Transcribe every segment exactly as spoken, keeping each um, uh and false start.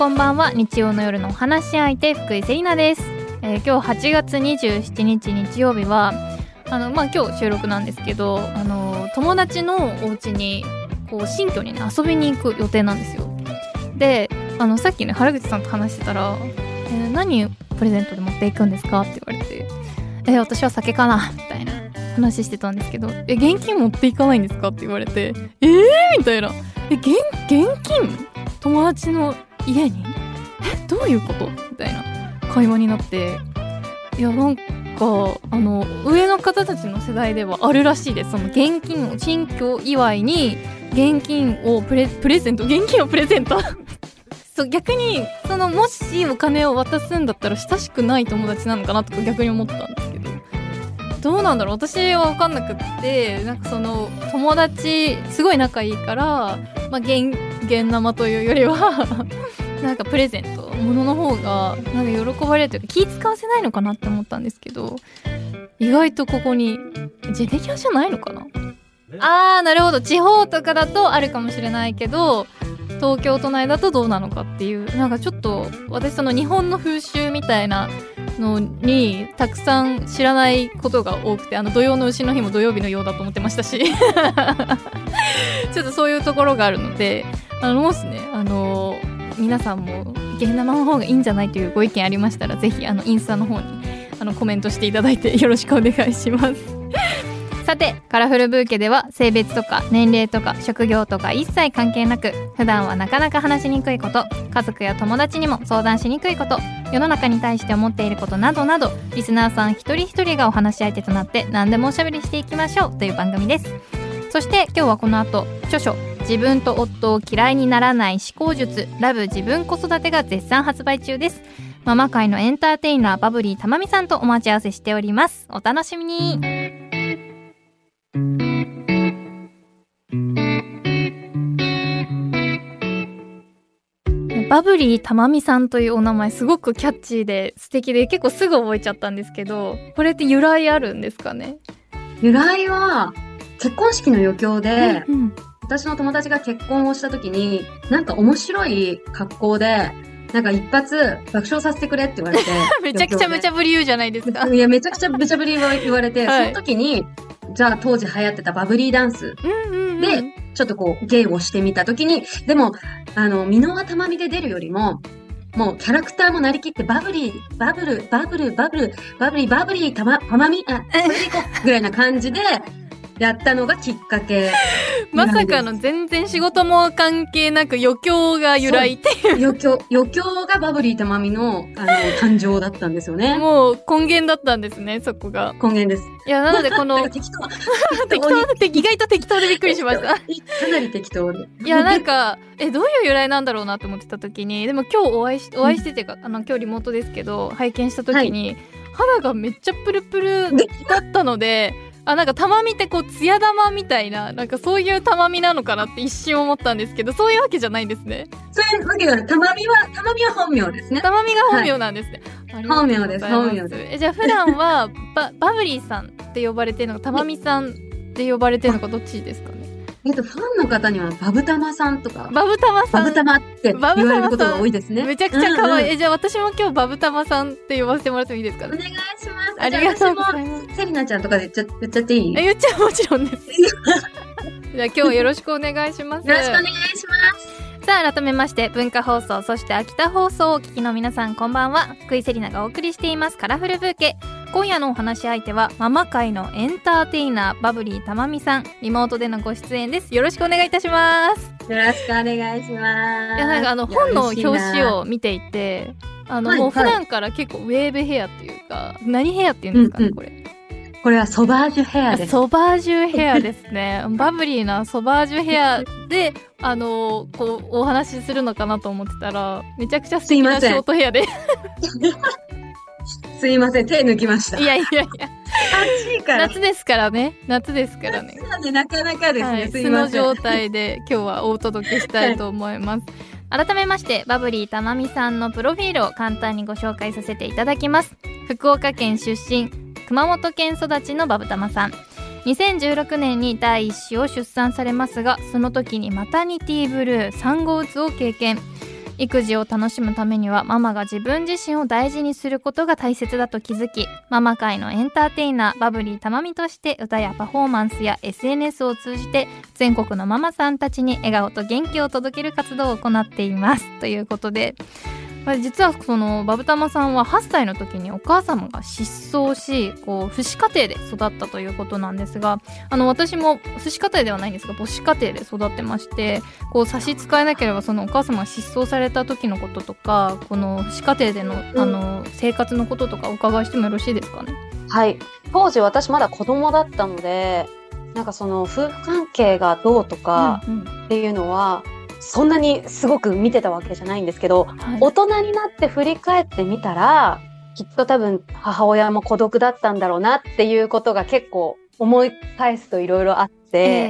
こんばんは。日曜の夜のお話し相手福井セリナです。えー、今日はちがつにじゅうしちにち日曜日はあの、まあ、今日収録なんですけど、あの友達のお家にこう新居にね遊びに行く予定なんですよ。で、あのさっきね原口さんと話してたら、えー、何をプレゼントで持っていくんですかって言われて、えー、私は酒かなみたいな話してたんですけど、え現金持っていかないんですかって言われて、えーみたいな、え現現金友達の家にえどういうことみたいな会話になって、いやなんかあの上の方たちの世代ではあるらしいです。その現金を新居祝いに現金をプレ、プレゼント現金をプレゼントそう逆にそのもしお金を渡すんだったら親しくない友達なのかなとか逆に思ったんですけど、どうなんだろう。私は分かんなくって、なんかその友達すごい仲いいから、まあ、現現生というよりはなんかプレゼント物の方がなんか喜ばれるというか気使わせないのかなって思ったんですけど、意外とここにジェネギャじゃないのかな。あーなるほど、地方とかだとあるかもしれないけど東京都内だとどうなのかっていう、なんかちょっと私その日本の風習みたいなのにたくさん知らないことが多くて、あの土曜の丑の日も土曜日のようだと思ってましたしちょっとそういうところがあるので、あのもしねあの皆さんも現生の方がいいんじゃないというご意見ありましたら、ぜひあのインスタの方にあのコメントしていただいてよろしくお願いしますさてカラフルブーケでは性別とか年齢とか職業とか一切関係なく、普段はなかなか話しにくいこと、家族や友達にも相談しにくいこと、世の中に対して思っていることなどなど、リスナーさん一人一人がお話し相手となって何でもおしゃべりしていきましょうという番組です。そして今日はこの後著書自分と夫を嫌いにならない思考術ラブ自分子育てが絶賛発売中です。ママ界のエンターテイナーバブリーたまみさんとお待ち合わせしております。お楽しみに。バブリーたまみさんというお名前すごくキャッチーで素敵で結構すぐ覚えちゃったんですけど、これって由来あるんですかね？ 由来は結婚式の余興で、 うんうん、 私の友達が結婚をした時になんか面白い格好でなんか一発爆笑させてくれって言われてめちゃくちゃ無茶ぶり言うじゃないですか。 いやめちゃくちゃ無茶ぶり言われて、はい、その時にじゃあ当時流行ってたバブリーダンスで、うんうんうん、ちょっとこう芸をしてみた時に、でもあの箕輪たまみで出るよりももうキャラクターもなりきってバブリーバブルバブルバブルバブリーバブリーたまたまみあそれでいこうぐらいな感じでやったのがきっかけまさかの全然仕事も関係なく余興が由来っていう余興余興がバブリーたまみのあの誕生だったんですよね。 もう根源だったんですね、そこが根源です。 いやなのでこの適当適当で意外と適当でびっくりしましたかなり適当でいやなんかえどういう由来なんだろうなと思ってた時に、でも今日お会いしお会いしててか、うん、あの今日リモートですけど拝見した時に、はい、肌がめっちゃプルプルだったのであ、なんかたまみってこうツヤ玉みたいな、なんかそういうたまみなのかなって一瞬思ったんですけど、そういうわけじゃないんですね。 そういうわけじゃない。たまみはたまみは本名ですね。 たまみが本名なんですね。 はい、本名です。本名です。 えじゃあ普段はババブリーさんって呼ばれてるのか、たまみさんって呼ばれてるのか、どっちですかね。 えっと、ファンの方にはバブタマさんとか。 バブタマさん。 バブタマって言われることが多いですね。 めちゃくちゃ可愛い。うんうん、え、じゃあ私も今日バブタマさんって呼ばせてもらってもいいですかね。 お願いします。 ありがとうございます。 セリナちゃんとかで言っちゃ言っちゃっていい？ え、言っちゃうもちろんです。じゃあ今日よろしくお願いします。 よろしくお願いします。 さあ改めまして文化放送そして秋田放送をお聞きの皆さんこんばんは。福井セリナがお送りしていますカラフルブーケ。今夜のお話し相手はママ界のエンターテイナーバブリーたまみさん、リモートでのご出演です。よろしくお願いいたします。 よろしくお願いします。 いやなんかあの本の表紙を見ていて、あの、はい、もう普段から結構ウェーブヘアっていうか、何ヘアっていうんですかね、うんうん、これこれはソバージュヘアです。 ソバージュヘアですねバブリーなソバージュヘアであのー、こうお話しするのかなと思ってたらめちゃくちゃ素敵なショートヘアですいません手抜きました。 いやいやいや暑いから夏ですからね夏ですからね夏なんでなかなかですね、はい、 すいません素の状態で今日はお届けしたいと思います、はい、改めましてバブリーたまみさんのプロフィールを簡単にご紹介させていただきます。福岡県出身熊本県育ちのバブタマさん、にせんじゅうろくねんに第一子を出産されますが、その時にマタニティブルー産後うつを経験。 育児を楽しむためにはママが自分自身を大事にすることが大切だと気づき、ママ界のエンターテイナーバブリーたまみとして歌やパフォーマンスや エスエヌエス を通じて全国のママさんたちに笑顔と元気を届ける活動を行っていますということで、実はそのバブタマさんははっさいの時にお母様が失踪し、こう父子家庭で育ったということなんですが、あの私も父子家庭ではないんですが母子家庭で育ってまして、こう差し支えなければそのお母様が失踪された時のこととか、この父子家庭での、あの生活のこととかお伺いしてもよろしいですかね。 はい。当時私まだ子供だったので、なんかその夫婦関係がどうとかっていうのは、うんうん、そんなにすごく見てたわけじゃないんですけど、はい、大人になって振り返ってみたら、きっと多分母親も孤独だったんだろうなっていうことが結構思い返すといろいろあって、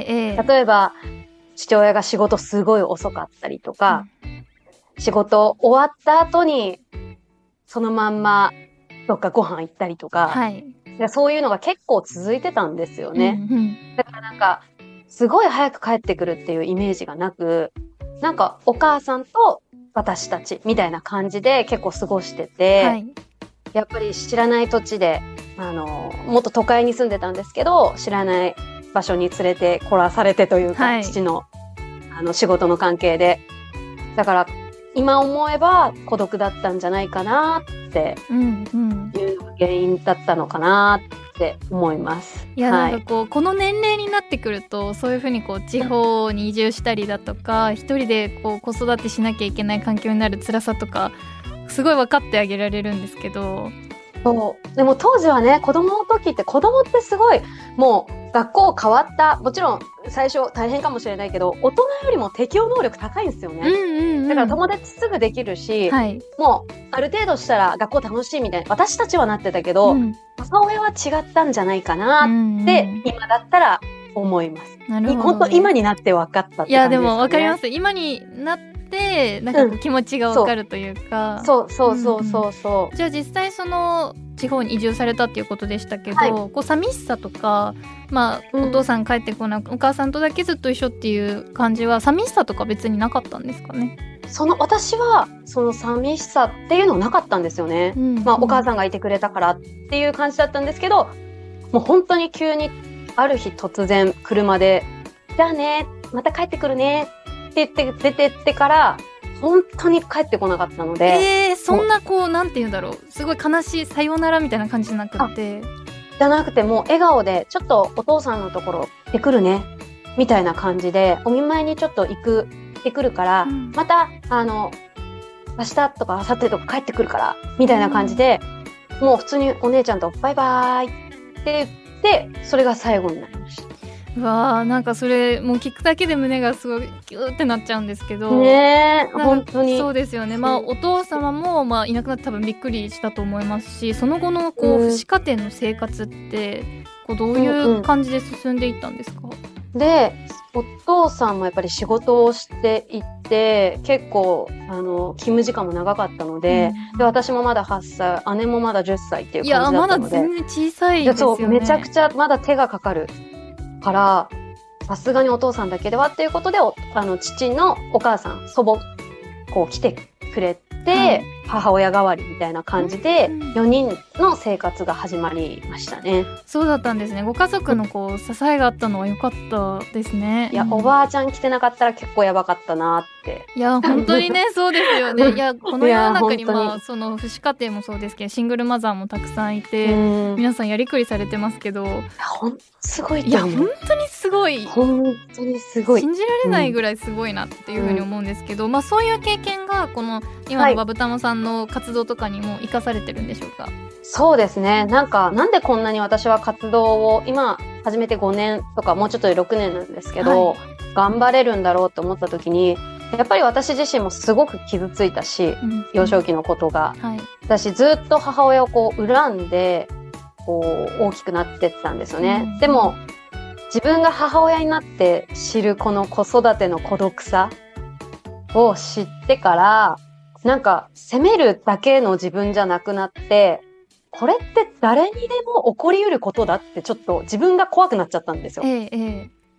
えー、例えば父親が仕事すごい遅かったりとか、うん、仕事終わった後にそのまんまどっかご飯行ったりとか、はい、そういうのが結構続いてたんですよね。うんうん、だからなんかすごい早く帰ってくるっていうイメージがなく、なんかお母さんと私たちみたいな感じで結構過ごしてて、はい、やっぱり知らない土地で、あの、もっと都会に住んでたんですけど、知らない場所に連れてこらされてというか、はい、父の、あの仕事の関係で。だから今思えば孤独だったんじゃないかなっていうのが原因だったのかなって思います。 いや、なんかこう、はい、この年齢になってくるとそういうふうにこう地方に移住したりだとか、一人でこう子育てしなきゃいけない環境になる辛さとかすごい分かってあげられるんですけど、 そうでも当時はね、子供の時って子供ってすごいもう学校変わった、もちろん最初大変かもしれないけど大人よりも適応能力高いんですよね、うんうんうん、だから友達すぐできるし、はい、もうある程度したら学校楽しいみたいな私たちはなってたけど、うん、母親は違ったんじゃないかなって今だったら思います、うんうん、なるほどね、本当今になって分かったって感じですかね。 いやでも分かります。今になってでなんか気持ちが分かるというか、 うん、そうそうそうそうそう、 うん、じゃあ実際その地方に移住されたっていうことでしたけど、はい、こう寂しさとか、まあ、お父さん帰ってこなく、うん、お母さんとだけずっと一緒っていう感じは寂しさとか別になかったんですかね。 その私はその寂しさっていうのはなかったんですよね、うんうん、まあ、お母さんがいてくれたからっていう感じだったんですけど、もう本当に急にある日突然車でじゃあねまた帰ってくるねって言って出てってから本当に帰ってこなかったので、 えー、そんなこうなんて言うんだろう、すごい悲しいさようならみたいな感じじゃなくてじゃなくてもう笑顔でちょっとお父さんのところ行ってくるねみたいな感じで、お見舞いにちょっと行く行ってくるから、うん、またあの明日とか明後日とか帰ってくるからみたいな感じで、うん、もう普通にお姉ちゃんとバイバーイって言ってそれが最後になりました。 うわー、なんかそれもう聞くだけで胸がすごいギューってなっちゃうんですけどね、本当にそうですよね。まあお父様もまあいなくなって多分びっくりしたと思いますし、その後のこう、うん、父子家庭の生活ってこうどういう感じで進んでいったんですか。 うんうん、でお父さんもやっぱり仕事をしていて結構あの勤務時間も長かったので、うん、で私もまだはっさい、姉もまだじゅっさいっていう感じだったので、いやまだ全然小さいですよね。 そうめちゃくちゃまだ手がかかるからさすがにお父さんだけではっていうことで、あの父のお母さん祖母こう来てくれて、はい、母親代わりみたいな感じでよにんの生活が始まりましたね。 そうだったんですね。ご家族のこう支えがあったのは良かったですね。 いや、うん、おばあちゃん来てなかったら結構やばかったなって。 いや本当にねそうですよね。いやこの世の中にまあその父子家庭もそうですけどシングルマザーもたくさんいて、皆さんやりくりされてますけど、 ほんすごいといや本当にすごい、 本当にすごい、 信じられないぐらいすごいなっていうふうに思うんですけど、うん、まあそういう経験がこの今のバブタマさんの活動とかにも生かされてるんでしょうか。 そうですね。なんかなんでこんなに私は活動を今始めてごねんとかもうちょっとでろくねんなんですけど、はい、頑張れるんだろうと思った時にやっぱり私自身もすごく傷ついたし、うん、幼少期のことが、はい、私ずっと母親をこう恨んでこう大きくなってったんですよね、うん、でも自分が母親になって知るこの子育ての孤独さを知ってからなんか責めるだけの自分じゃなくなって、これって誰にでも起こりうることだってちょっと自分が怖くなっちゃったんですよ、ええ、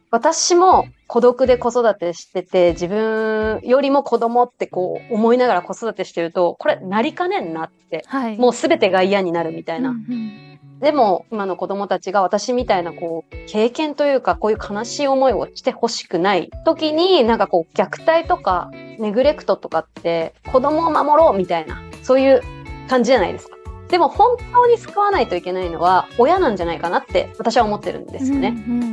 私も孤独で子育てしてて、自分よりも子供ってこう思いながら子育てしてると、これなりかねんなって、はい、もうすべてが嫌になるみたいな。うんうん、でも今の子供たちが私みたいなこう経験というか、こういう悲しい思いをしてほしくない時に、なんかこう虐待とかネグレクトとかって子供を守ろうみたいな、そういう感じじゃないですか。でも本当に救わないといけないのは親なんじゃないかなって私は思ってるんですよね。うんうんうん、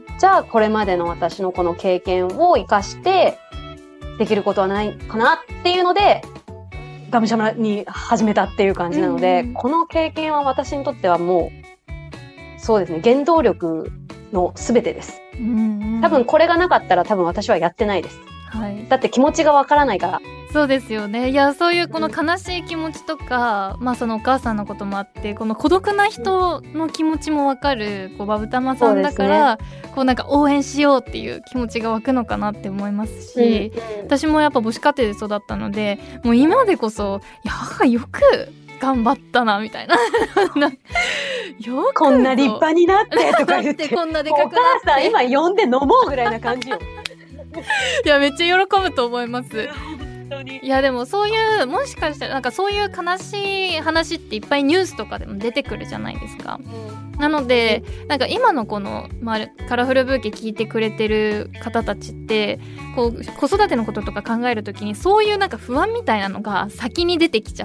じゃあこれまでの私のこの経験を生かしてできることはないかなっていうので、がむしゃらに始めたっていう感じなので、うんうん、この経験は私にとってはもうそうですね、原動力の全てです。うんうん、多分これがなかったら多分私はやってないです。はい、だって気持ちがわからないから。 そうですよね。いや、そういうこの悲しい気持ちとか、うん、まあそのお母さんのこともあって、この孤独な人の気持ちもわかるこうバブタマさんだから、ね、こうなんか応援しようっていう気持ちが湧くのかなって思いますし、うんうん、私もやっぱ母子家庭で育ったので、もう今でこそいや母よく頑張ったなみたいなよくこんな立派になってとか言ってこんなでかくなって、お母さん今呼んで飲もうぐらいな感じよいやめっちゃ喜ぶと思います。いやでもそういうもしかしたらなんかそういう悲しい話っていっぱいニュースとかでも出てくるじゃないですか、うん、なのでなんか今のこの、まあ、カラフルブーケ聞いてくれてる方たちってこう子育てのこととか考えるときにそういうなんか不安みたいなのが先に出てきちゃって、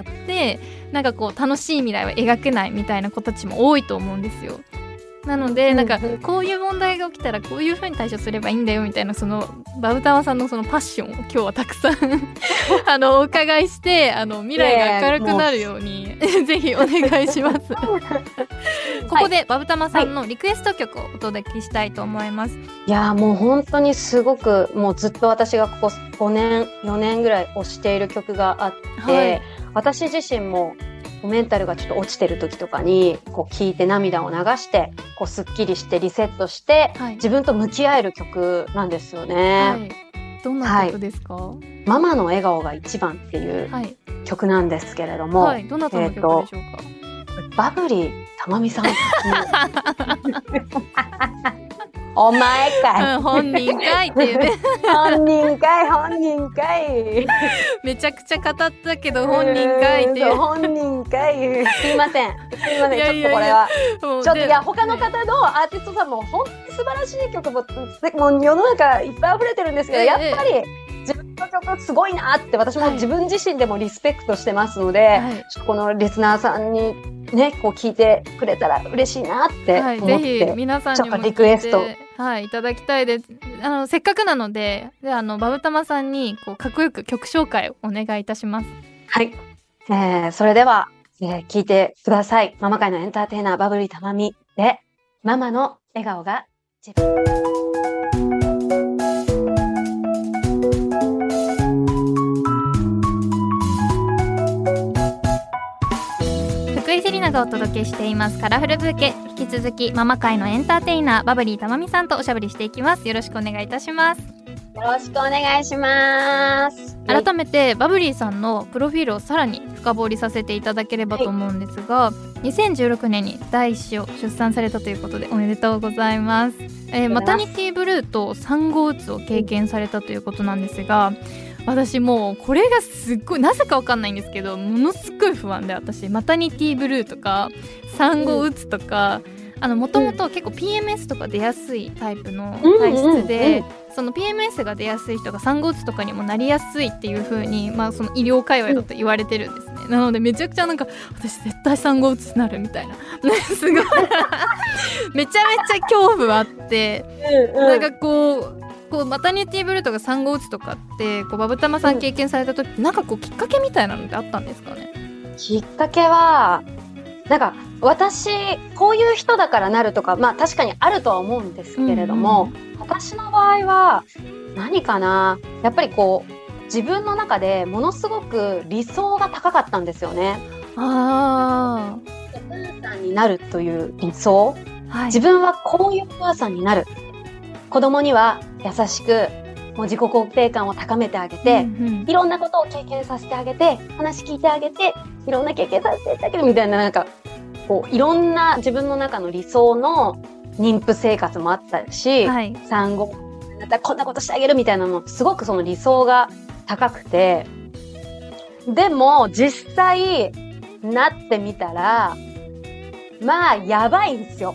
なんかこう楽しい未来は描けないみたいな子たちも多いと思うんですよ。なのでなんかこういう問題が起きたらこういう風に対処すればいいんだよみたいな、そのバブタマさんのそのパッションを今日はたくさんあのお伺いして、あの未来が明るくなるようにぜひお願いしますここでバブタマさんのリクエスト曲をお届けしたいと思います。はい、 いやもう本当にすごくもうずっと私がここごねんよねんぐらい推している曲があって、はい、私自身もメンタルがちょっと落ちてる時とかにこう聴いて涙を流してこうすっきりしてリセットして、はい、自分と向き合える曲なんですよね。はい、 どんな曲ですか？はい、 ママの笑顔が一番っていう曲なんですけれども、 はい、どなたの曲でしょうか？ えー、バブリーたまみさんお前かい、 うん、本人かいっていうね本人かい本人かいめちゃくちゃ語ったけど本人かいっていう本人かいすいませんすいません、いやいやいやちょっとこれはちょっといや他の方のアーティストさんも本当に素晴らしい曲ももう世の中いっぱい溢れてるんですけど、やっぱり自分の曲すごいなって私も自分自身でもリスペクトしてますので、はい、ちょっとこのリスナーさんにねこう聞いてくれたら嬉しいなって思って、はい、ぜひ皆さんにもリクエストはい、いただきたいです。あのせっかくなので、であのバブタマさんにこうかっこよく曲紹介をお願いいたします。 はい、えー、それでは、えー、聞いてください。ママ界のエンターテイナーバブリーたまみでママの笑顔が自分。 福井セリナがお届けしていますカラフルブーケ。引き続きママ界のエンターテイナーバブリーたまみさんとおしゃべりしていきます。よろしくお願いいたします。 よろしくお願いします。 改めてバブリーさんのプロフィールをさらに深掘りさせていただければと思うんですが、はい、にせんじゅうろくねんに第一子を出産されたということでおめでとうございます。えー、マタニティブルーと産後うつを経験されたということなんですが、私もうこれがすっごいなぜかわかんないんですけどものすごい不安で、私マタニティブルーとか産後うつとか、あのもともと結構 ピーエムエス とか出やすいタイプの体質で、その ピーエムエス が出やすい人が産後うつとかにもなりやすいっていう風に、まあその医療界隈だと言われてるんですね。なのでめちゃくちゃなんか私絶対産後うつになるみたいなすごいめちゃめちゃ恐怖あって、なんかこうこうマタニティブルーとか産後うつとかってこうバブタマさん経験された時ってなんかこうきっかけみたいなのってあったんですかね？ きっかけはなんか私こういう人だからなるとか、まあ確かにあるとは思うんですけれども、うんうん、私の場合は何かな、やっぱりこう自分の中でものすごく理想が高かったんですよね。あー、お母さんになるという理想、はい、自分はこういうお母さんになる、子供には優しくもう自己肯定感を高めてあげて、うんうん、いろんなことを経験させてあげて、話聞いてあげて、いろんな経験させてあげるみたいな、なんかこういろんな自分の中の理想の妊婦生活もあったし、 はい、 産後だったらこんなことしてあげるみたいなのすごくその理想が高くて、でも実際なってみたらまあやばいんですよ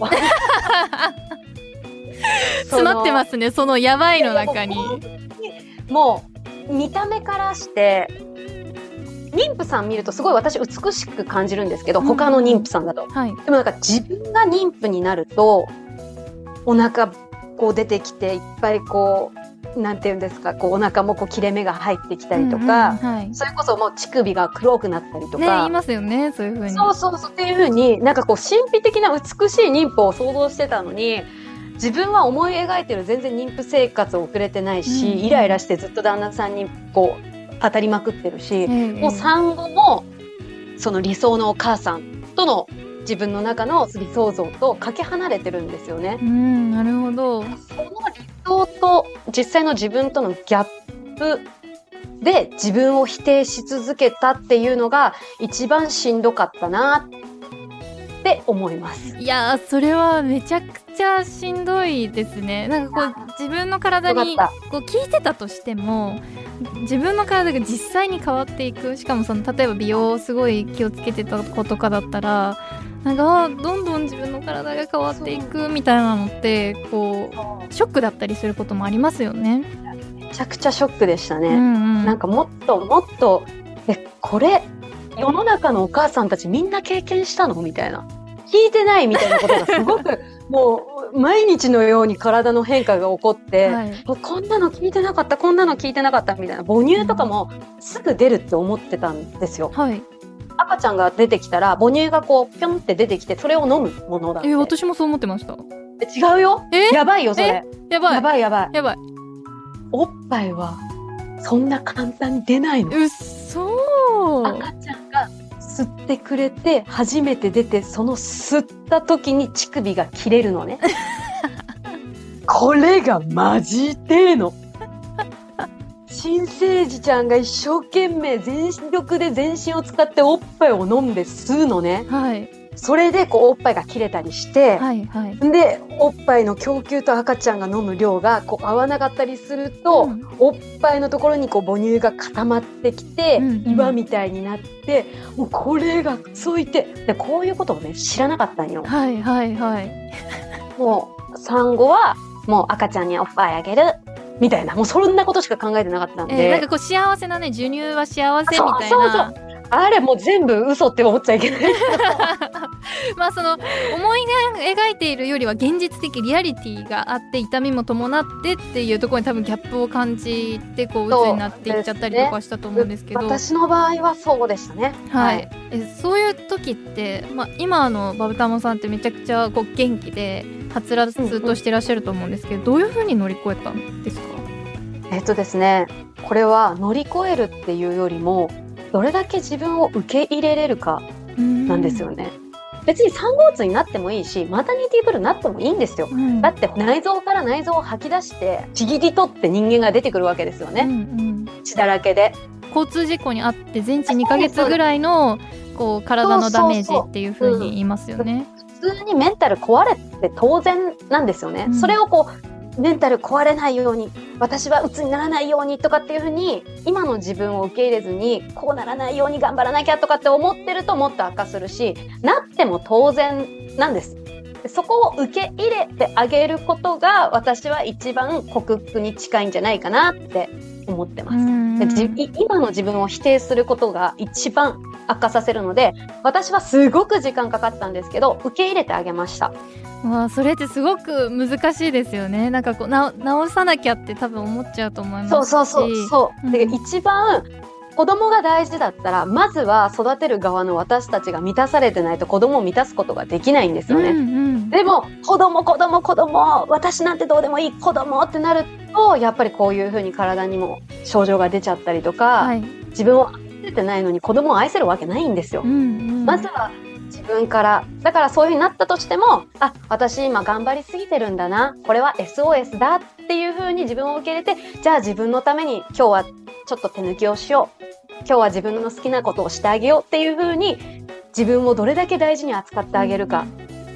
詰まってますね、そのやばいの中に。 もう見た目からして妊婦さん見るとすごい私美しく感じるんですけど、うん、他の妊婦さんだと、はい、でもなんか自分が妊婦になるとお腹こう出てきていっぱいこうなんていうんですか、こうお腹もこう切れ目が入ってきたりとか、うんうんはい、それこそもう乳首が黒くなったりとか、ね、 言いますよね、そういう風に。 そうそうそうっていう風になんかこう神秘的な美しい妊婦を想像してたのに、自分は思い描いてる全然妊婦生活を送れてないし、うんうん、イライラしてずっと旦那さんにこう当たりまくってるし、うんうん、もう産後もその理想のお母さんとの自分の中の理想像とかけ離れてるんですよね。 うん、なるほど。 その理想と実際の自分とのギャップで自分を否定し続けたっていうのが一番しんどかったなって思います。 いやー、それはめちゃくちゃしんどいですね。なんかこう自分の体にこう聞いてたとしても、自分の体が実際に変わっていく、しかもその例えば美容をすごい気をつけてた子とかだったら、なんかどんどん自分の体が変わっていくみたいなのってこうショックだったりすることもありますよね。 めちゃくちゃショックでしたね、うんうん、なんかもっともっとえこれ世の中のお母さんたちみんな経験したのみたいな、聞いてないみたいなことがすごくもう毎日のように体の変化が起こって、はい、こんなの聞いてなかったこんなの聞いてなかったみたいな、母乳とかもすぐ出るって思ってたんですよ、はい、赤ちゃんが出てきたら母乳がこうピョンって出てきてそれを飲むものだって。 え私もそう思ってました。 え違うよ、えやばいよそれ。 やばいやばいやばいやばい。 おっぱいはそんな簡単に出ないの。 うっそー。 赤ちゃんが吸ってくれて初めて出て、その吸った時に乳首が切れるのねこれがマジでの新生児ちゃんが一生懸命全力で全身を使っておっぱいを飲んで吸うのね、はい、それでこうおっぱいが切れたりして、はいはい、でおっぱいの供給と赤ちゃんが飲む量がこう合わなかったりすると、うん、おっぱいのところにこう母乳が固まってきて、うんうん、岩みたいになってもうこれがそういてでこういうことをね知らなかったんよ。 はいはいはい。 もう産後はもう赤ちゃんにおっぱいあげるみたいな、もうそんなことしか考えてなかったんで、 えー、なんかこう幸せなね、授乳は幸せみたいな。そうそうそう、 あれもう全部嘘って思っちゃいけないまあその思い描いているよりは現実的リアリティがあって痛みも伴ってっていうところに多分ギャップを感じてこう鬱になっていっちゃったりとかしたと思うんですけど、 ね、私の場合はそうでしたね。 はい、はい、えそういう時って、まあ、今のバブタモさんってめちゃくちゃこう元気ではつらつとしてらっしゃると思うんですけど、うんうん、どういうふうに乗り越えたんですか？ えっとですね、これは乗り越えるっていうよりもどれだけ自分を受け入れれるかなんですよね。別に産後うつになってもいいしマタニティブルになってもいいんですよ、うん、だって内臓から内臓を吐き出してちぎり取って人間が出てくるわけですよね、うんうん、血だらけで交通事故にあって全治にかげつぐらいのこう体のダメージっていう風に言いますよね。 普通にメンタル壊れて当然なんですよね、うん、それをこうメンタル壊れないように私は鬱にならないようにとかっていう風に今の自分を受け入れずにこうならないように頑張らなきゃとかって思ってるともっと悪化するし、なっても当然なんです。そこを受け入れてあげることが私は一番克服に近いんじゃないかなって思ってます。今の自分を否定することが一番悪化させるので、私はすごく時間かかったんですけど受け入れてあげました。 まあ、それってすごく難しいですよね。なんかこうな直さなきゃって多分思っちゃうと思いますし。 そうそうそうそう、うん、で一番子供が大事だったらまずは育てる側の私たちが満たされてないと子供を満たすことができないんですよね、うんうん、でも子供子供子供私なんてどうでもいい子供ってなるとやっぱりこういう風に体にも症状が出ちゃったりとか、はい、自分を愛せてないのに子供を愛せるわけないんですよ、うんうん、まずは自分から。だからそういう風になったとしても、あ、私今頑張りすぎてるんだな、これは エスオーエス だっていう風に自分を受け入れて、じゃあ自分のために今日はちょっと手抜きをしよう、今日は自分の好きなことをしてあげようっていう風に自分をどれだけ大事に扱ってあげるか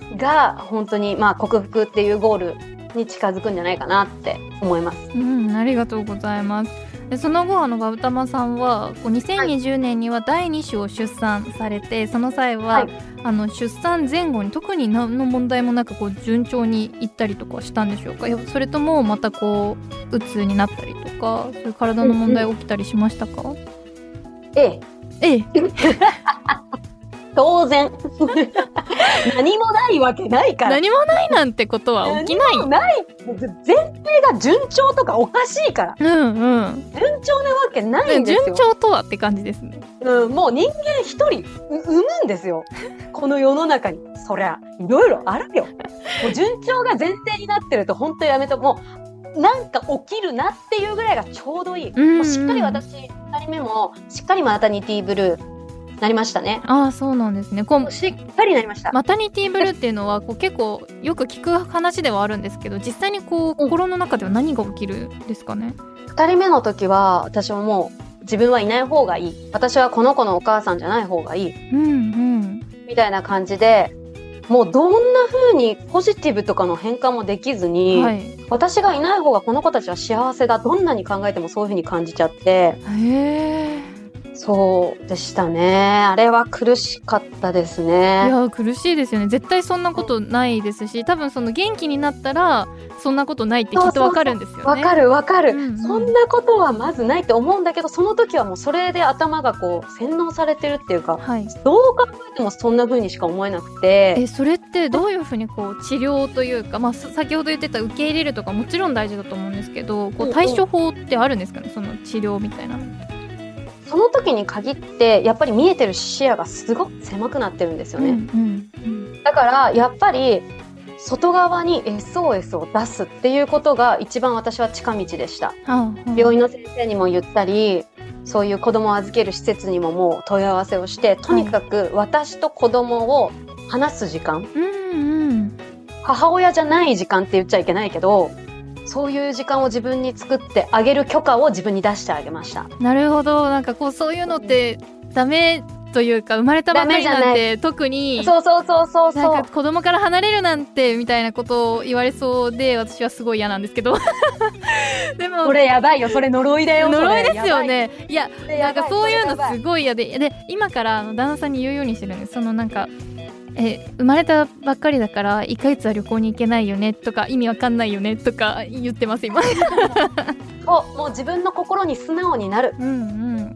が本当にまあ克服っていうゴールに近づくんじゃないかなって思います。 うん、ありがとうございます。でその後あのバブタマさんはこうにせんにじゅうねんにはだいに子を出産されて、はい、その際は、はい、あの出産前後に特に何の問題もなくこう順調にいったりとかしたんでしょうか。それともまたこううつになったりとかそういう体の問題起きたりしましたか？うんうん、 ええええ当然何もないわけないから何もないなんてことは起きない。 何もない前提が順調とかおかしいから、 うんうん、 順調なわけないんですよ。 順調とはって感じですね。 うん、もう人間一人産むんですよこの世の中に。そりゃいろいろあるよ。もう順調が前提になってると本当にやめともうなんか起きるなっていうぐらいがちょうどいい、うんうん、もうしっかり私ふたりめもしっかりマタニティブルーなりましたね。 ああそうなんですね。こうしっかりなりました。 マタニティブルーっていうのはこう結構よく聞く話ではあるんですけど、実際にこう心の中では何が起きるんですかね。 ふたりめの時は私はもう自分はいない方がいい、私はこの子のお母さんじゃない方がいい、うんうん、みたいな感じでもうどんな風にポジティブとかの変換もできずに、はい、私がいない方がこの子たちは幸せだ、どんなに考えてもそういう風に感じちゃって、へーそうでしたね。あれは苦しかったですね。 いや苦しいですよね。絶対そんなことないですし、多分その元気になったらそんなことないってきっとわかるんですよね。 わかるわかる、うんうん、そんなことはまずないって思うんだけど、その時はもうそれで頭がこう洗脳されてるっていうか、はい、どう考えてもそんな風にしか思えなくて。 えそれってどういう風にこう治療というか、まあ、先ほど言ってた受け入れるとかもちろん大事だと思うんですけど、こう対処法ってあるんですかね、その治療みたいなの。 その時に限ってやっぱり見えてる視野がすごく狭くなってるんですよね、うんうんうん、だからやっぱり外側に エスオーエス を出すっていうことが一番私は近道でした、うんうん、病院の先生にも言ったり、そういう子供を預ける施設にももう問い合わせをして、とにかく私と子供を話す時間、うんうん、母親じゃない時間って言っちゃいけないけど、そういう時間を自分に作ってあげる許可を自分に出してあげました。 なるほど。なんかこうそういうのってダメというか、生まれたばかりなんて特にそうそうそうそうそう、 なんか子供から離れるなんてみたいなことを言われそうで、私はすごい嫌なんですけどでもそれやばいよ、それ呪いだよ。 呪いですよね。いやなんかそういうのすごい嫌で、で今から旦那さんに言うようにしてるんです。そのなんかえ生まれたばっかりだからいっかげつは旅行に行けないよねとか意味わかんないよねとか言ってます今そうもう自分の心に素直になる、うんうん、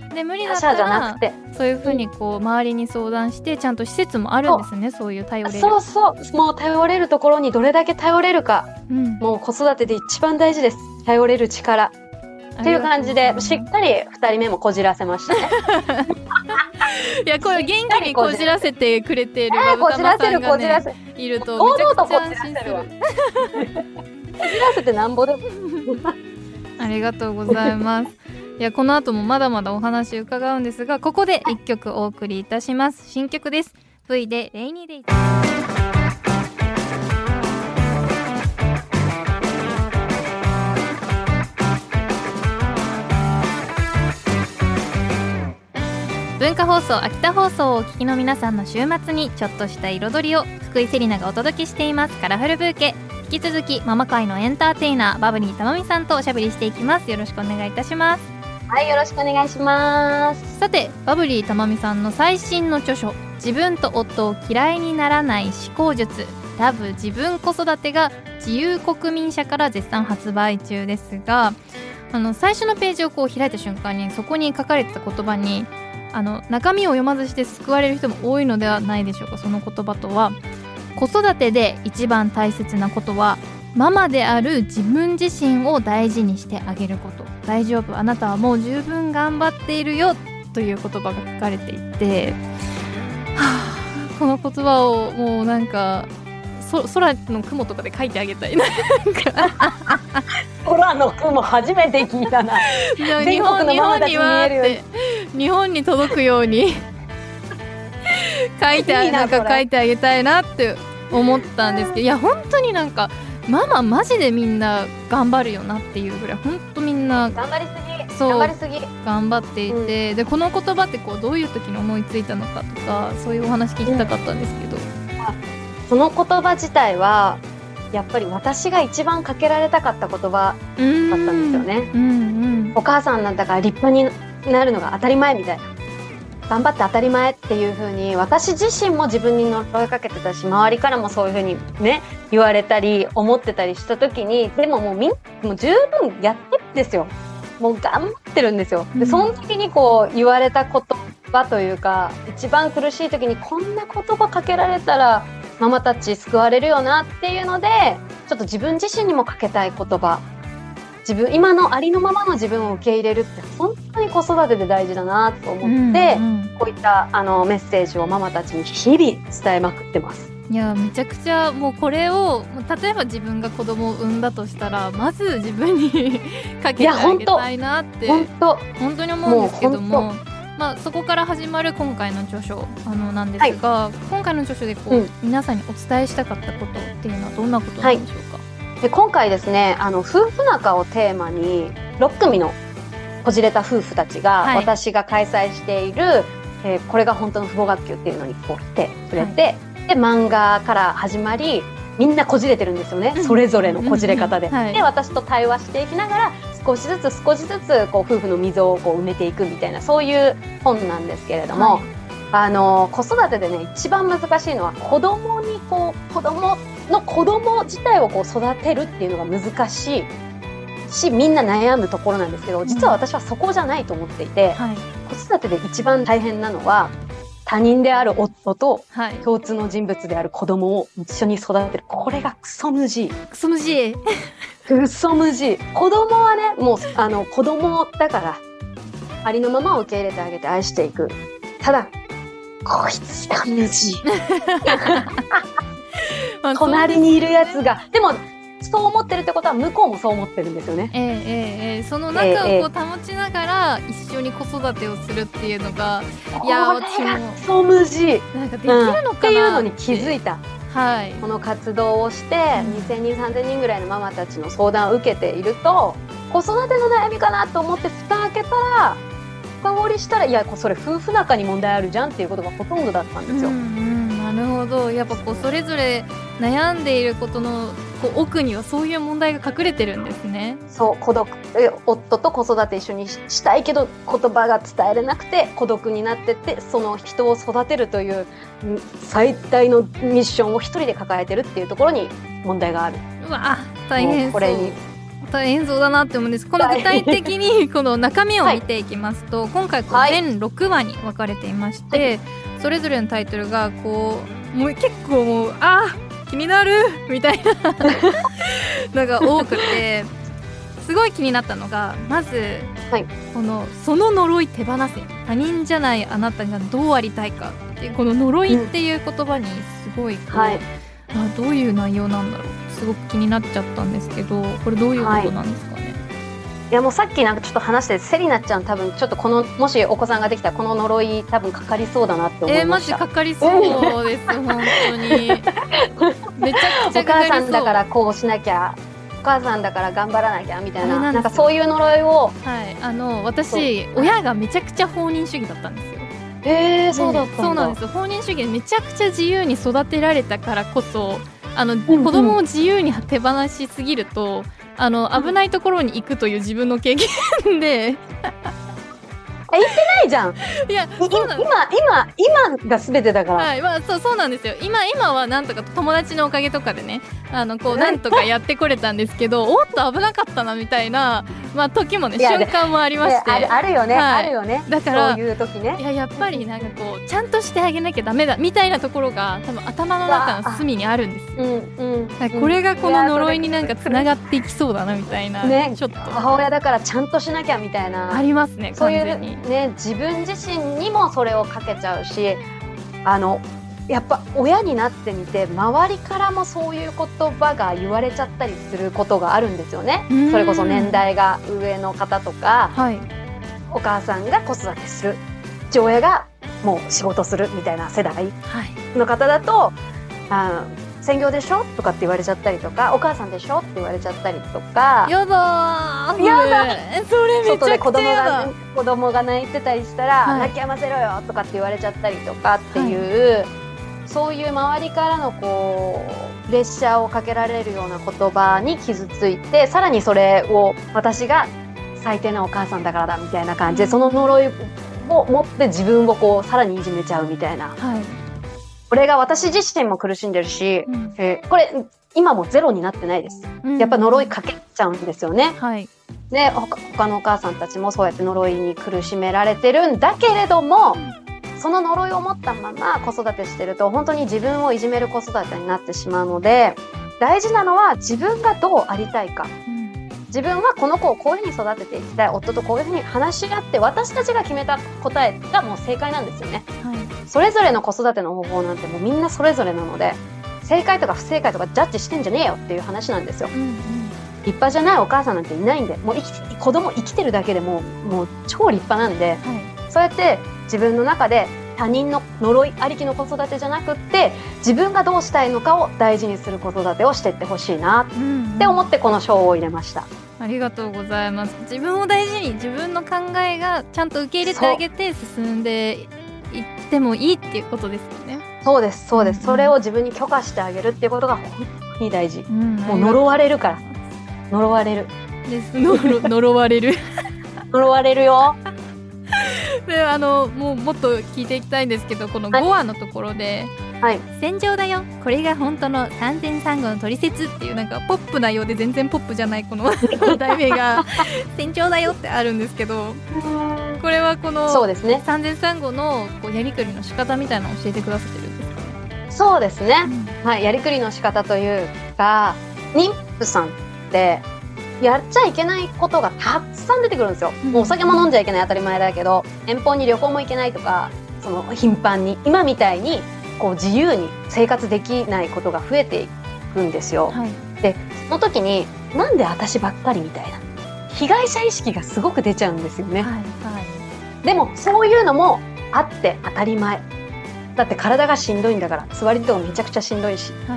で無理だったらそういう風にこう周りに相談して、ちゃんと施設もあるんですね、そういう頼れる。 そうそうもう頼れるところにどれだけ頼れるか、うん、もう子育てで一番大事です、頼れる力っていう感じでしっかりふたりめもこじらせましたねいやこれ元気にこじらせてくれてるバブタマさんが、ね、いるとめちゃくちゃ安心する。こじらせてなんぼでもありがとうございます。いやこの後もまだまだお話伺うんですが、ここでいっきょくお送りいたします。新曲です。 V でレイニーデイズ。文化放送秋田放送をお聞きの皆さんの週末にちょっとした彩りを福井セリナがお届けしています。カラフルブーケ、引き続きママ界のエンターテイナーバブリーたまみさんとおしゃべりしていきます。よろしくお願いいたします。 はい、よろしくお願いします。 さてバブリーたまみさんの最新の著書、自分と夫を嫌いにならない思考術ラブ自分子育てが自由国民社から絶賛発売中ですが、あの最初のページをこう開いた瞬間にそこに書かれてた言葉にあの中身を読まずして救われる人も多いのではないでしょうか。その言葉とは、子育てで一番大切なことはママである自分自身を大事にしてあげること、大丈夫、あなたはもう十分頑張っているよという言葉が書かれていて、はあ、この言葉をもうなんかそ空の雲とかで書いてあげたいな空の雲初めて聞いたな日本にはって日本に届くように書いてあなんか書いてあげたいなって思ったんですけど、いや本当になんかマママジでみんな頑張るよなっていうぐらい、本当みんな頑張りすぎそう頑張りすぎ頑張っていて、うん、でこの言葉ってこうどういう時に思いついたのかとか、そういうお話聞きたかったんですけど。 その言葉自体はやっぱり私が一番かけられたかった言葉だったんですよね。 うんうん、 お母さんなんだから立派になるのが当たり前みたいな、頑張って当たり前っていう風に私自身も自分に呪いかけてたし、周りからもそういう風にね言われたり思ってたりした時に、でももうみんもう十分やってるんですよ。もう頑張ってるんですよ。でその時にこう言われた言葉というか、一番苦しい時にこんな言葉かけられたらママたち救われるよなっていうので、ちょっと自分自身にもかけたい言葉、自分今のありのままの自分を受け入れるって本当に子育てで大事だなと思って、うんうん、こういったあのメッセージをママたちに日々伝えまくってます。 いやめちゃくちゃもうこれを例えば自分が子供を産んだとしたらまず自分にかけてあげたいなって本当本当に思うんですけども、まあ、そこから始まる今回の著書あのなんですが、はい、今回の著書でこう、うん、皆さんにお伝えしたかったことっていうのはどんなことなんでしょうか。 はい、で今回ですね、あの夫婦仲をテーマにろっくみのこじれた夫婦たちが、はい、私が開催している、えー、これが本当の父母学級っていうのにこう来てくれて、はい、で漫画から始まりみんなこじれてるんですよね、うん、それぞれのこじれ方で、うんうんはい、で私と対話していきながら少しずつ少しずつこう夫婦の溝をこう埋めていくみたいな、そういう本なんですけれども、はい、あの子育てでね一番難しいのは子供にこう子供の子供自体をこう育てるっていうのが難しいし、みんな悩むところなんですけど、実は私はそこじゃないと思っていて、うんはい、子育てで一番大変なのは他人である夫と共通の人物である子供を一緒に育てる、これがクソむじいクソむじいクソむじい。子供はねもうあの子供だからありのままを受け入れてあげて愛していく。ただこいつがむじい隣にいるやつがでもそう思ってるってことは向こうもそう思ってるんですよね。 えー、えー、えー、その仲をこう保ちながら一緒に子育てをするっていうのが、 いや私もクソむじいなんかできるのかな、うん、 っていうのに気づいた。 はい、 この活動をしてにせんにんさんぜんにんぐらいのママたちの相談を受けていると、子育ての悩みかなと思って蓋開けたら深掘りしたら、いやそれ夫婦仲に問題あるじゃんっていうことがほとんどだったんですよ。うん、うん、 なるほど。やっぱこうそれぞれ悩んでいることのこう奥にはそういう問題が隠れてるんですね。 そう孤独夫と子育て一緒にしたいけど言葉が伝えれなくて孤独になってって、その人を育てるという最大のミッションを一人で抱えてるっていうところに問題がある。 うわ大変そう。これに大変そうだなって思うんです。この具体的にこの中身を見ていきますと、はい、今回こう全ろくわに分かれていまして、はい、それぞれのタイトルがこうもう結構もうあ気になるみたいなのが多くてすごい気になったのがまず、はい、このその呪い手放せ、他人じゃないあなたがどうありたいかっていうこの呪いっていう言葉にすごいこう、うんはい、あどういう内容なんだろうすごく気になっちゃったんですけど、これどういうことなんですかね。はい、 いやもうさっきなんかちょっと話してセリナちゃん多分ちょっとこのもしお子さんができたらこの呪い多分かかりそうだなって思いました。 えー、マジかかりそうです本当にめちゃくちゃかかりそう。お母さんだからこうしなきゃ、お母さんだから頑張らなきゃみたい な, な, なんかそういう呪いを、 はい、あの私親がめちゃくちゃ放任主義だったんですよ。 へー、そうだったんだ。 そうなんですよ。放任主義でめちゃくちゃ自由に育てられたからこそ、あの、うんうん、子供を自由に手放しすぎるとあの危ないところに行くという自分の経験で行ってないじゃん。 いやそうなんです。 今今今が全てだから。 はい、まあ、そうそうなんですよ。今今はなんとか友達のおかげとかでね、あのこうなんとかやってこれたんですけどおっと危なかったなみたいな、まあ、時もね瞬間もありまして、 ある、あるよね、はい、あるよね。 だからそういう時ね、 いややっぱりなんかこうちゃんとしてあげなきゃダメだみたいなところが多分頭の中の隅にあるんですよ。うんうん、だからこれがこの呪いになんかつながっていきそうだなみたいな、ね、ちょっと母親だからちゃんとしなきゃみたいなありますね。完全にそういうね、自分自身にもそれをかけちゃうし、あのやっぱ親になってみて周りからもそういう言葉が言われちゃったりすることがあるんですよね。それこそ年代が上の方とか、はい、お母さんが子育てする、父親がもう仕事するみたいな世代の方だと、はい、あ専業でしょとかって言われちゃったりとか、お母さんでしょって言われちゃったりとか、 やだーやだそれめちゃくちゃやだ。 外で子供が子供が泣いてたりしたら、はい、泣き止ませろよとかって言われちゃったりとかっていう、はい、 そういう周りからのこうプレッシャーをかけられるような言葉に傷ついて、さらにそれを私が最低なお母さんだからだみたいな感じで、その呪いを持って自分をこうさらにいじめちゃうみたいな、はい、これが私自身も苦しんでるし、うん、えー、これ今もゼロになってないです、うん、やっぱ呪いかけちゃうんですよね、はい、で他のお母さんたちもそうやって呪いに苦しめられてるんだけれども、その呪いを持ったまま子育てしてると本当に自分をいじめる子育てになってしまうので、大事なのは自分がどうありたいか、うん、自分はこの子をこういうふうに育てていきたい、夫とこういうふうに話し合って私たちが決めた答えがもう正解なんですよね、はい、それぞれの子育ての方法なんてもうみんなそれぞれなので、正解とか不正解とかジャッジしてんじゃねえよっていう話なんですよ、うんうん、立派じゃないお母さんなんていないんで、もう生き子供生きてるだけでもう、もう超立派なんで、はい、そうやって自分の中で他人の呪いありきの子育てじゃなくって、自分がどうしたいのかを大事にする子育てをしていってほしいなって思ってこの章を入れました、 うんうん、ありがとうございます。自分を大事に自分の考えがちゃんと受け入れてあげて進んでいってもいいっていうことですよね。 そうですそうです、うんうん、それを自分に許可してあげるっていうことが本当に大事、うん、もう呪われるから呪われるです呪われる呪われるよであのもうもっと聞いていきたいんですけど、このごわのところで、はい、戦場だよ、これが本当の産前産後のトリセツっていうなんかポップなようで全然ポップじゃないこの題名が戦場だよってあるんですけど、これはこのそうですね、産前産後のこうやりくりの仕方みたいなのを教えてくださってるんですかね。 そうですね、うん、はい、やりくりの仕方というか、妊婦さんってやっちゃいけないことがたくさん出てくるんですよ、うん、もうお酒も飲んじゃいけない当たり前だけど、遠方に旅行も行けないとか、その頻繁に今みたいにこう自由に生活できないことが増えていくんですよ、はい、でその時になんで私ばっかりみたいな被害者意識がすごく出ちゃうんですよね、はいはい、でもそういうのもあって当たり前だって、体がしんどいんだから、座りとかめちゃくちゃしんどいし、はい、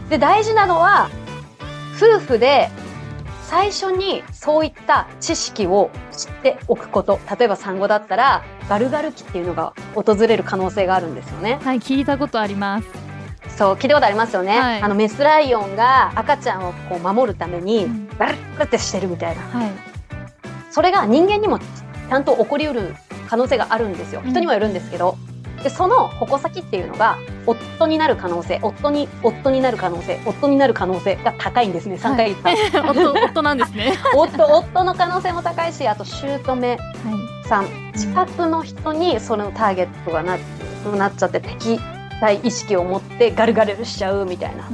で大事なのは夫婦で最初にそういった知識を知っておくこと。例えば産後だったらガルガル期っていうのが訪れる可能性があるんですよね。 はい、聞いたことあります。 そう、聞いたことありますよね、はい、あのメスライオンが赤ちゃんをこう守るためにガルガルってしてるみたいな、はい、それが人間にもちゃんと起こりうる可能性があるんですよ。人にもよるんですけど、うん、でその矛先っていうのが夫になる可能性、夫に夫になる可能性、夫になる可能性が高いんですね。さんかい言った、 はい、夫, 夫なんですね夫夫の可能性も高いし、あと姑さん、はい、近くの人にそのターゲットが な, なっちゃって敵対意識を持ってガルガルしちゃうみたいな、うん、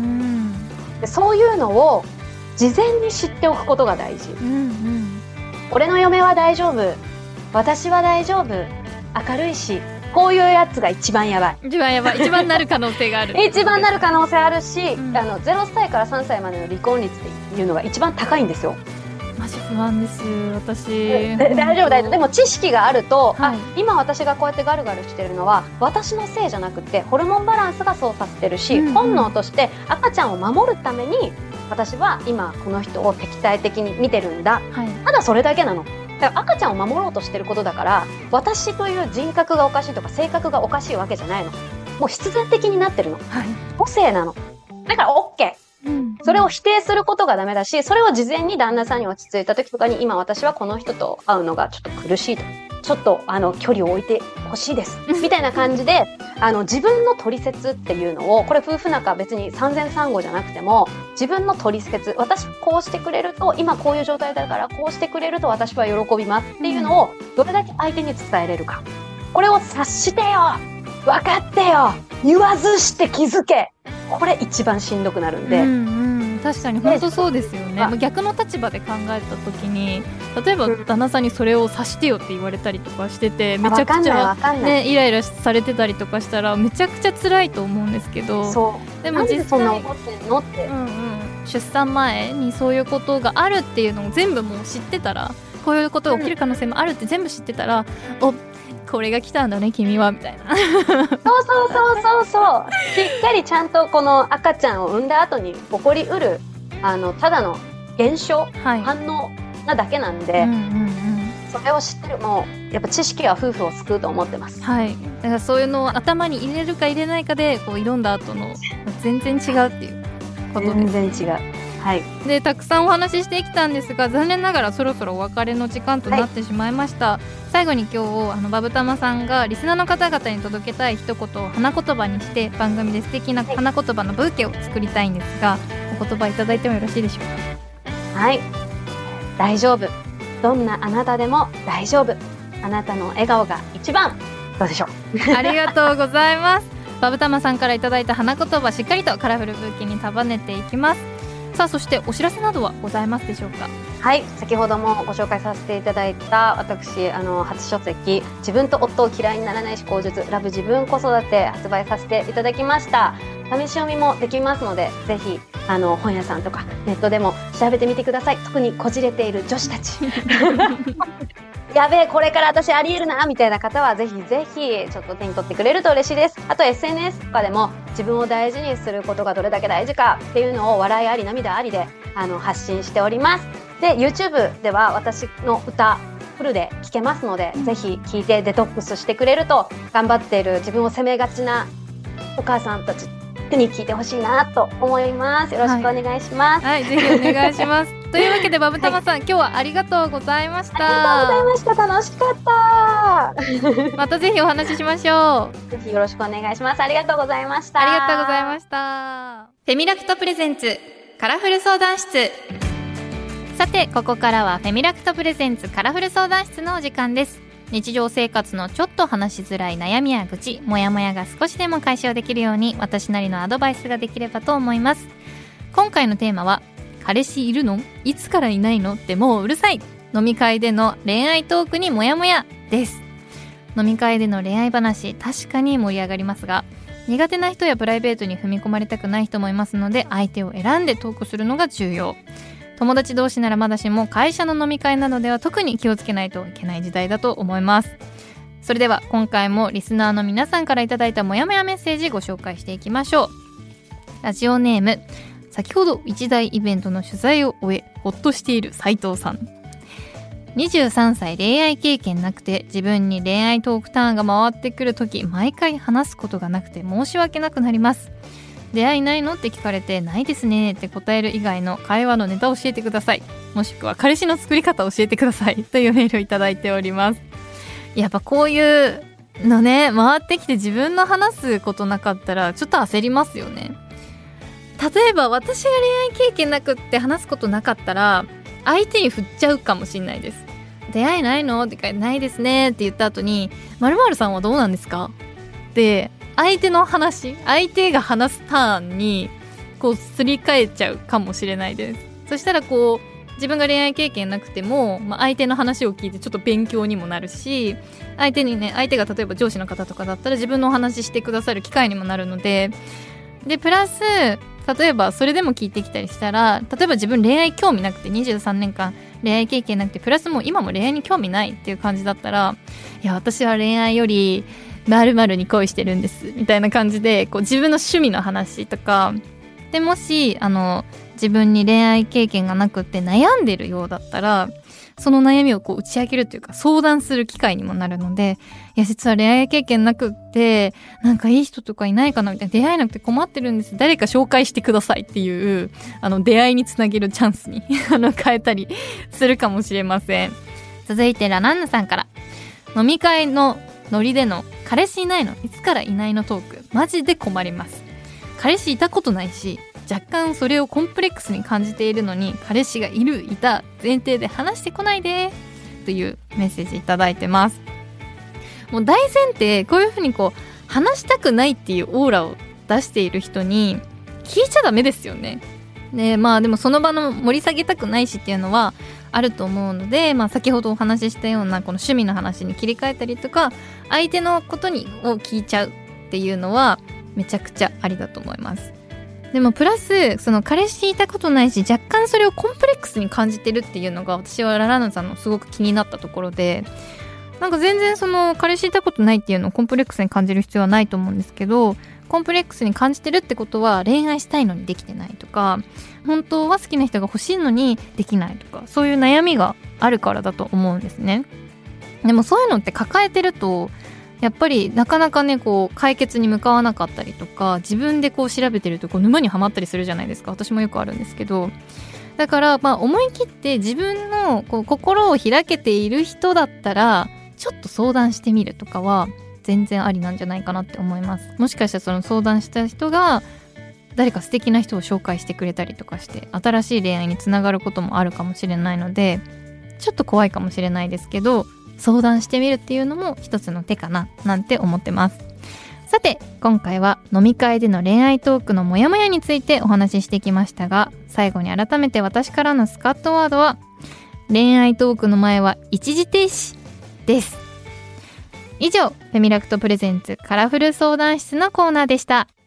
でそういうのを事前に知っておくことが大事、うんうん、俺の嫁は大丈夫、私は大丈夫、明るいし、こういうやつが一番やばい。 一番やばい。一番なる可能性がある。 一番なる可能性あるし、うん、あのゼロさいからさんさいまでの離婚率っていうのが一番高いんですよ。 マジ不安です。私。 大丈夫大丈夫。でも知識があると、はい、あ、今私がこうやってガルガルしてるのは私のせいじゃなくてホルモンバランスがそうさせてるし、うんうん、本能として赤ちゃんを守るために私は今この人を敵対的に見てるんだ。はい、ただそれだけなの。だから赤ちゃんを守ろうとしてることだから、私という人格がおかしいとか性格がおかしいわけじゃないの。もう必然的になってるの、はい、個性なの。だから OK、うん、それを否定することがダメだし、それを事前に旦那さんに落ち着いた時とかに、今私はこの人と会うのがちょっと苦しいと、ちょっとあの距離を置いてほしいですみたいな感じであの自分の取説っていうのを、これ夫婦仲別に産前産後じゃなくても自分の取説、私こうしてくれると今こういう状態だからこうしてくれると私は喜びますっていうのをどれだけ相手に伝えれるか、これを察してよ、分かってよ、言わずして気づけ、これ一番しんどくなるんで、うんうん、 確かに本当そうですよね。逆の立場で考えた時に、例えば旦那さんにそれを察してよって言われたりとかしてて、めちゃくちゃ、ね、イライラされてたりとかしたらめちゃくちゃ辛いと思うんですけど、 そうでも実際なんでそんな怒ってんのって、うんうん、 出産前にそういうことがあるっていうのを全部もう知ってたら、こういうことが起きる可能性もあるって全部知ってたら、うん、おこれが来たんだね君はみたいなそうそうそうそうそうしっかりちゃんとこの赤ちゃんを産んだ後に起こりうるあのただの現象、はい、反応なだけなんで、うんうんうん、 それを知ってる、もうやっぱ知識は夫婦を救うと思ってます。 はい。だからそういうのを頭に入れるか入れないかでこう挑んだ後の全然違うっていうことです。 全然違う。はい。 でたくさんお話ししてきたんですが、残念ながらそろそろお別れの時間となってしまいました。はい、最後に今日あのバブタマさんがリスナーの方々に届けたい一言を花言葉にして番組で素敵な花言葉のブーケを作りたいんですが、お言葉いただいてもよろしいでしょうか。 はい。大丈夫。どんなあなたでも大丈夫。あなたの笑顔が一番。どうでしょう。 ありがとうございます。バブタマさんからいただいた花言葉、しっかりとカラフルブーケに束ねていきます。さあ、そしてお知らせなどはございますでしょうか。 はい、先ほどもご紹介させていただいた私あの初書籍自分と夫を嫌いにならない思考術ラブ自分子育て発売させていただきました。試し読みもできますので、ぜひあの本屋さんとかネットでも調べてみてください。特にこじれている女子たちやべえこれから私ありえるなみたいな方はぜひぜひちょっと手に取ってくれると嬉しいです。あと エスエヌエス とかでも自分を大事にすることがどれだけ大事かっていうのを笑いあり涙ありであの発信しております。で YouTube では私の歌フルで聴けますので、ぜひ聴いてデトックスしてくれると、頑張っている自分を責めがちなお母さんたちに聞いてほしいなと思います。よろしくお願いします。 はい、はい、ぜひお願いしますというわけでバブタマさん、はい、今日はありがとうございました。 ありがとうございました。楽しかったまたぜひお話ししましょう。ぜひよろしくお願いします。ありがとうございました。 ありがとうございました。フェミラクトプレゼンツカラフル相談室。さてここからはフェミラクトプレゼンツカラフル相談室のお時間です。日常生活のちょっと話しづらい悩みや愚痴、モヤモヤが少しでも解消できるように私なりのアドバイスができればと思います。今回のテーマは、彼氏いるの？いつからいないの？ってもううるさい、飲み会での恋愛トークにモヤモヤです。飲み会での恋愛話、確かに盛り上がりますが、苦手な人やプライベートに踏み込まれたくない人もいますので、相手を選んでトークするのが重要。友達同士ならまだしも、会社の飲み会などでは特に気をつけないといけない時代だと思います。それでは今回もリスナーの皆さんからいただいたモヤモヤメッセージご紹介していきましょう。ラジオネーム、先ほど一大イベントの取材を終えほっとしている斉藤さん。にじゅうさんさい、恋愛経験なくて自分に恋愛トークターンが回ってくるとき、毎回話すことがなくて申し訳なくなります。出会いないのって聞かれて、ないですねって答える以外の会話のネタを教えてください。もしくは彼氏の作り方を教えてくださいというメールをいただいております。やっぱこういうのね、回ってきて自分の話すことなかったらちょっと焦りますよね。例えば私が恋愛経験なくって話すことなかったら相手に振っちゃうかもしれないです。出会いないのってか、ないですねって言った後に、〇〇さんはどうなんですかって相手の話、相手が話すターンにこうすり替えちゃうかもしれないです。そしたらこう自分が恋愛経験なくても、まあ、相手の話を聞いてちょっと勉強にもなるし、相手にね、相手が例えば上司の方とかだったら自分のお話ししてくださる機会にもなるので、でプラス例えばそれでも聞いてきたりしたら、例えば自分恋愛興味なくてにじゅうさんねんかん恋愛経験なくて、プラスもう今も恋愛に興味ないっていう感じだったら、いや私は恋愛より〇〇に恋してるんですみたいな感じで、こう自分の趣味の話とかで、もしあの自分に恋愛経験がなくって悩んでるようだったら、その悩みをこう打ち明けるというか相談する機会にもなるので、いや実は恋愛経験なくってなんかいい人とかいないかなみたいな、出会えなくて困ってるんです、誰か紹介してくださいっていう、あの出会いにつなげるチャンスにあの変えたりするかもしれません。続いてラナンヌさんから、飲み会のノリでの彼氏いないの？いつからいないのトーク、マジで困ります。彼氏いたことないし、若干それをコンプレックスに感じているのに、彼氏がいるいた前提で話してこないでというメッセージいただいてます。もう大前提、こういうふうにこう話したくないっていうオーラを出している人に聞いちゃダメですよね。でまあでもその場の盛り下げたくないしっていうのはあると思うので、まあ、先ほどお話ししたようなこの趣味の話に切り替えたりとか、相手のことにを聞いちゃうっていうのはめちゃくちゃありだと思います。でもプラスその彼氏いたことないし、若干それをコンプレックスに感じてるっていうのが私はララヌさんのすごく気になったところで、なんか全然その彼氏いたことないっていうのをコンプレックスに感じる必要はないと思うんですけど、 コンプレックスに感じてるってことは恋愛したいのにできてないとか、本当は好きな人が欲しいのにできないとか、そういう悩みがあるからだと思うんですね。でもそういうのって抱えてるとやっぱりなかなかねこう解決に向かわなかったりとか、自分でこう調べてるとこう沼にはまったりするじゃないですか。私もよくあるんですけど、だからまあ思い切って自分のこう心を開けている人だったらちょっと相談してみるとかは全然ありなんじゃないかなって思います。もしかしたらその相談した人が誰か素敵な人を紹介してくれたりとかして新しい恋愛につながることもあるかもしれないので、ちょっと怖いかもしれないですけど相談してみるっていうのも一つの手かななんて思ってます。さて今回は飲み会での恋愛トークのモヤモヤについてお話ししてきましたが、最後に改めて私からのスカットワードは恋愛トークの前は一時停止です。以上フェミラクトプレゼンツカラフル相談室のコーナーでした。